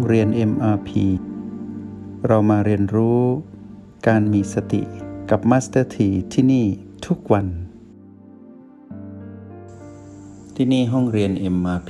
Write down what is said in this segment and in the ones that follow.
เรียน MRP เรามาเรียนรู้การมีสติกับ Master T ที่นี่ทุกวันที่นี่ห้องเรียน MRP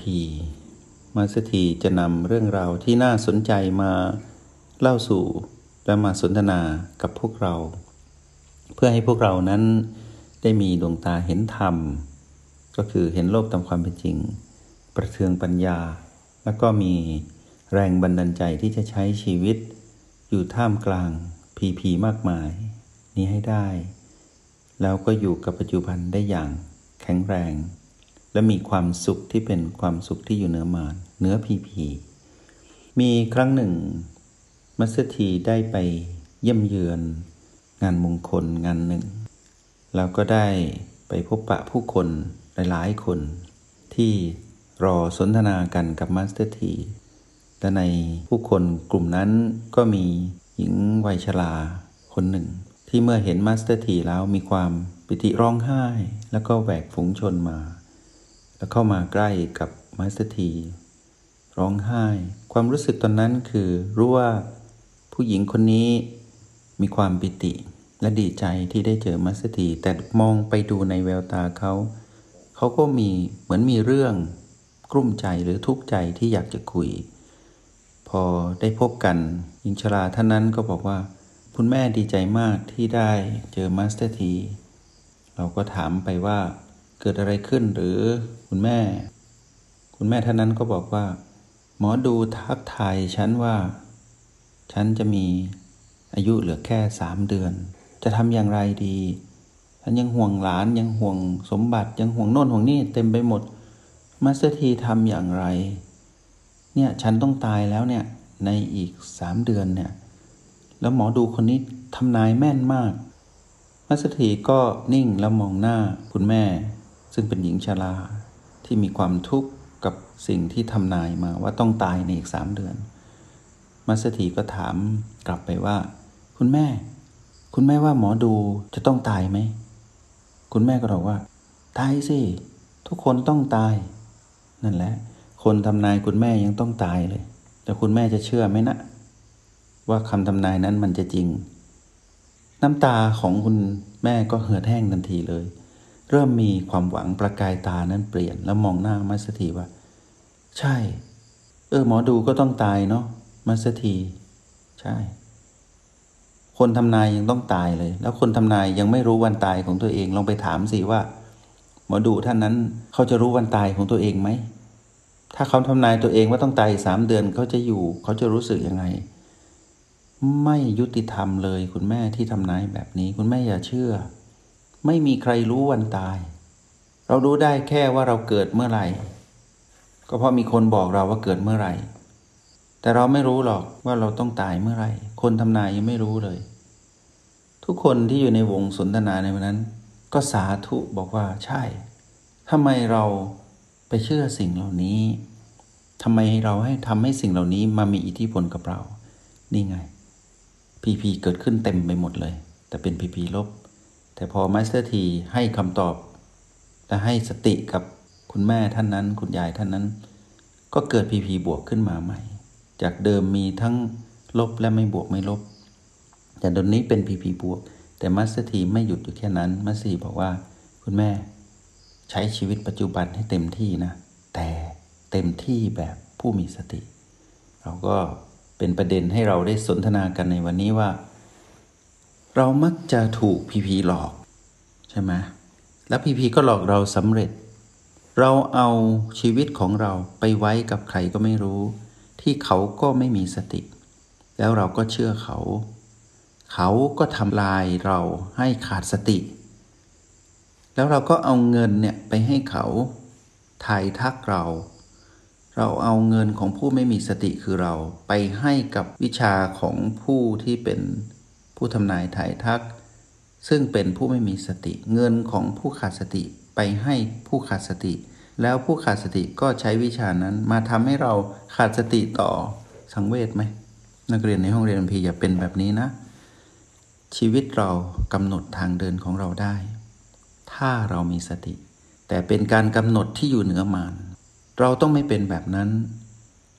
Master T จะนำเรื่องราวที่น่าสนใจมาเล่าสู่และมาสนทนากับพวกเราเพื่อให้พวกเรานั้นได้มีดวงตาเห็นธรรมก็คือเห็นโลกตามความเป็นจริงประเทืองปัญญาแล้วก็มีแรงบันดาลใจที่จะใช้ชีวิตอยู่ท่ามกลางพีมากมายนี้ให้ได้แล้วก็อยู่กับปัจจุบันได้อย่างแข็งแรงและมีความสุขที่เป็นความสุขที่อยู่เหนือมารเหนือพีมีครั้งหนึ่งมัสถีได้ไปเยี่ยมเยือนงานมงคลงานหนึ่งแล้วก็ได้ไปพบปะผู้คนหลายๆคนที่รอสนทนากันกับมาสเตอร์ทีและในผู้คนกลุ่มนั้นก็มีหญิงวัยชราคนหนึ่งที่เมื่อเห็นมาสเตอร์ทีแล้วมีความปิติร้องไห้แล้วก็แหวกฝูงชนมาแล้วเข้ามาใกล้กับมาสเตอร์ทีร้องไห้ความรู้สึกตอนนั้นคือรู้ว่าผู้หญิงคนนี้มีความปิติและดีใจที่ได้เจอมาสเตอร์ทีแต่มองไปดูในแววตาเขาก็มีเหมือนมีเรื่องกลุ้มใจหรือทุกข์ใจที่อยากจะคุยพอได้พบกันหญิงชราท่านนั้นก็บอกว่าคุณแม่ดีใจมากที่ได้เจอมาสเตอร์ทีเราก็ถามไปว่าเกิดอะไรขึ้นหรือคุณแม่ท่านนั้นก็บอกว่าหมอดูทักทายฉันว่าฉันจะมีอายุเหลือแค่3 เดือนจะทำอย่างไรดีฉันยังห่วงหลานยังห่วงสมบัติยังห่วงโน่นห่วงนี่เต็มไปหมดมาสเตอร์ทีทำอย่างไรเนี่ยฉันต้องตายแล้วเนี่ยในอีก3 เดือนเนี่ยแล้วหมอดูคนนี้ทำนายแม่นมากมาสเตอร์ทีก็นิ่งแล้วมองหน้าคุณแม่ซึ่งเป็นหญิงชราที่มีความทุกข์กับสิ่งที่ทำนายมาว่าต้องตายในอีก3 เดือนมาสเตอร์ทีก็ถามกลับไปว่าคุณแม่ว่าหมอดูจะต้องตายไหมคุณแม่ก็บอกว่าตายสิทุกคนต้องตายนั่นแหละคนทำนายคุณแม่ยังต้องตายเลยแต่คุณแม่จะเชื่อไหมนะว่าคำทำนายนั้นมันจะจริงน้ำตาของคุณแม่ก็เหือดแห้งทันทีเลยเริ่มมีความหวังประกายตานั้นเปลี่ยนแล้วมองหน้ามัสถีว่าใช่หมอดูก็ต้องตายเนาะมัสถีใช่คนทำนายยังต้องตายเลยแล้วคนทำนายยังไม่รู้วันตายของตัวเองลองไปถามสิว่าหมอดูท่านนั้นเขาจะรู้วันตายของตัวเองไหมถ้าเขาทำนายตัวเองว่าต้องตาย3 เดือนเขาจะรู้สึกยังไงไม่ยุติธรรมเลยคุณแม่ที่ทำนายแบบนี้คุณแม่อย่าเชื่อไม่มีใครรู้วันตายเรารู้ได้แค่ว่าเราเกิดเมื่อไหร่ก็เพราะมีคนบอกเราว่าเกิดเมื่อไหร่แต่เราไม่รู้หรอกว่าเราต้องตายเมื่อไหร่คนทำนายยังไม่รู้เลยทุกคนที่อยู่ในวงสนทนาในวันนั้นก็สาธุบอกว่าใช่ทำไมเราไปเชื่อสิ่งเหล่านี้ทำไมเราทำให้สิ่งเหล่านี้มามีอิทธิพลกับเรานี่ไงพีเกิดขึ้นเต็มไปหมดเลยแต่เป็นพีลบแต่พอมาสเตอร์ทีให้คำตอบและให้สติกับคุณแม่ท่านนั้นคุณยายท่านนั้นก็เกิดพีบวกขึ้นมาใหม่จากเดิมมีทั้งลบและไม่บวกไม่ลบแต่ตอนนี้เป็นพีบวกแต่มาสเตอร์ทีไม่หยุดอยู่แค่นั้นมัสถีบอกว่าคุณแม่ใช้ชีวิตปัจจุบันให้เต็มที่นะแต่เต็มที่แบบผู้มีสติเราก็เป็นประเด็นให้เราได้สนทนากันในวันนี้ว่าเรามักจะถูกพีหลอกใช่ไหมแล้วพีก็หลอกเราสำเร็จเราเอาชีวิตของเราไปไว้กับใครก็ไม่รู้ที่เขาก็ไม่มีสติแล้วเราก็เชื่อเขาก็ทำลายเราให้ขาดสติแล้วเราก็เอาเงินเนี่ยไปให้เขาทายทักเราเอาเงินของผู้ไม่มีสติคือเราไปให้กับวิชาของผู้ที่เป็นผู้ทำนายทายทักซึ่งเป็นผู้ไม่มีสติเงินของผู้ขาดสติไปให้ผู้ขาดสติแล้วผู้ขาดสติก็ใช้วิชานั้นมาทำให้เราขาดสติต่อสังเวชไหมนักเรียนในห้องเรียนพีอย่าเป็นแบบนี้นะชีวิตเรากำหนดทางเดินของเราได้ถ้าเรามีสติแต่เป็นการกำหนดที่อยู่เหนือมารเราต้องไม่เป็นแบบนั้น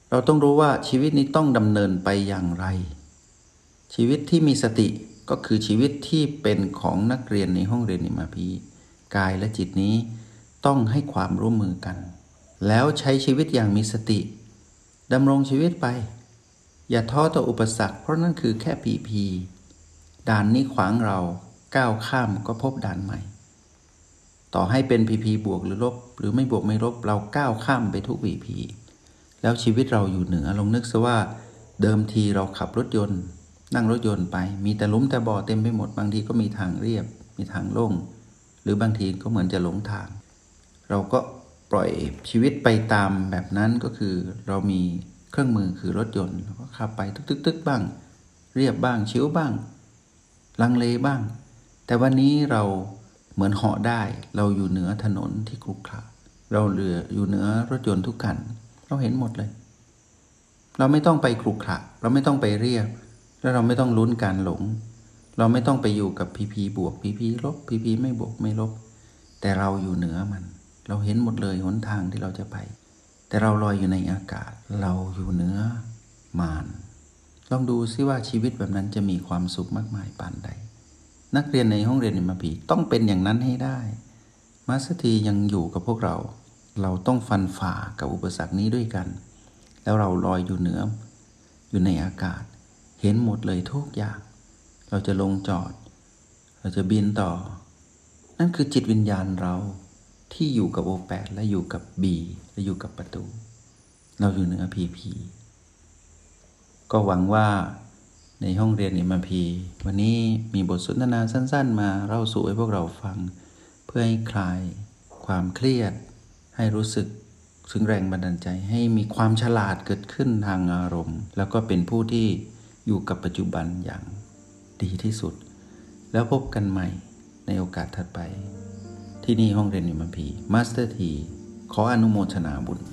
เราต้องรู้ว่าชีวิตนี้ต้องดำเนินไปอย่างไรชีวิตที่มีสติก็คือชีวิตที่เป็นของนักเรียนในห้องเรียน MRP กายและจิตนี้ต้องให้ความร่วมมือกันแล้วใช้ชีวิตอย่างมีสติดำรงชีวิตไปอย่าท้อต่ออุปสรรคเพราะนั่นคือแค่พีด่านนี้ขวางเราก้าวข้ามก็พบด่านใหม่ต่อให้เป็นพีบวกหรือลบหรือไม่บวกไม่ลบเราก้าวข้ามไปทุกพีแล้วชีวิตเราอยู่เหนือลองนึกซะว่าเดิมทีเราขับรถยนต์นั่งรถยนต์ไปมีแต่หลุมแต่บ่อเต็มไปหมดบางทีก็มีทางเรียบมีทางโล่งหรือบางทีก็เหมือนจะหลงทางเราก็ปล่อยชีวิตไปตามแบบนั้นก็คือเรามีเครื่องมือคือรถยนต์เราก็ขับไปตึกบ้างเรียบบ้างชิวบ้างลังเลบ้างแต่วันนี้เราเหมือนเหาะได้เราอยู่เหนือถนนที่ขรุขระเราอยู่เหนือรถยนต์ทุกคันเราเห็นหมดเลยเราไม่ต้องไปขรุขระเราไม่ต้องไปเรียบและเราไม่ต้องลุ้นการหลงเราไม่ต้องไปอยู่กับพีบวกพีลบพีไม่บวกไม่ลบแต่เราอยู่เหนือมันเราเห็นหมดเลยหนทางที่เราจะไปแต่เราลอยอยู่ในอากาศเราอยู่เหนือมารลองดูซิว่าชีวิตแบบนั้นจะมีความสุขมากมายปานใดนักเรียนในห้องเรียน MRPต้องเป็นอย่างนั้นให้ได้มาสเตอร์ยังอยู่กับพวกเราต้องฟันฝ่ากับอุปสรรคนี้ด้วยกันแล้วเราลอยอยู่เหนืออยู่ในอากาศเห็นหมดเลยทุกอย่างเราจะลงจอดเราจะบินต่อนั่นคือจิตวิญญาณเราที่อยู่กับO8และอยู่กับ B และอยู่กับประตูเราอยู่เหนือพีก็หวังว่าในห้องเรียน MRP วันนี้มีบทสนทนาสั้นๆมาเล่าสู่ให้พวกเราฟังเพื่อให้คลายความเครียดให้รู้สึกถึงแรงบันดาลใจให้มีความฉลาดเกิดขึ้นทางอารมณ์แล้วก็เป็นผู้ที่อยู่กับปัจจุบันอย่างดีที่สุดแล้วพบกันใหม่ในโอกาสถัดไปที่นี่ห้องเรียน MRP มาสเตอร์ทีขออนุโมทนาบุญ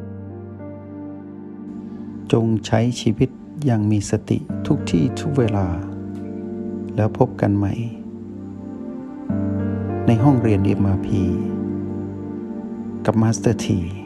จงใช้ชีวิตอย่างมีสติทุกที่ทุกเวลาแล้วพบกันใหม่ในห้องเรียน MRP กับมาสเตอร์ที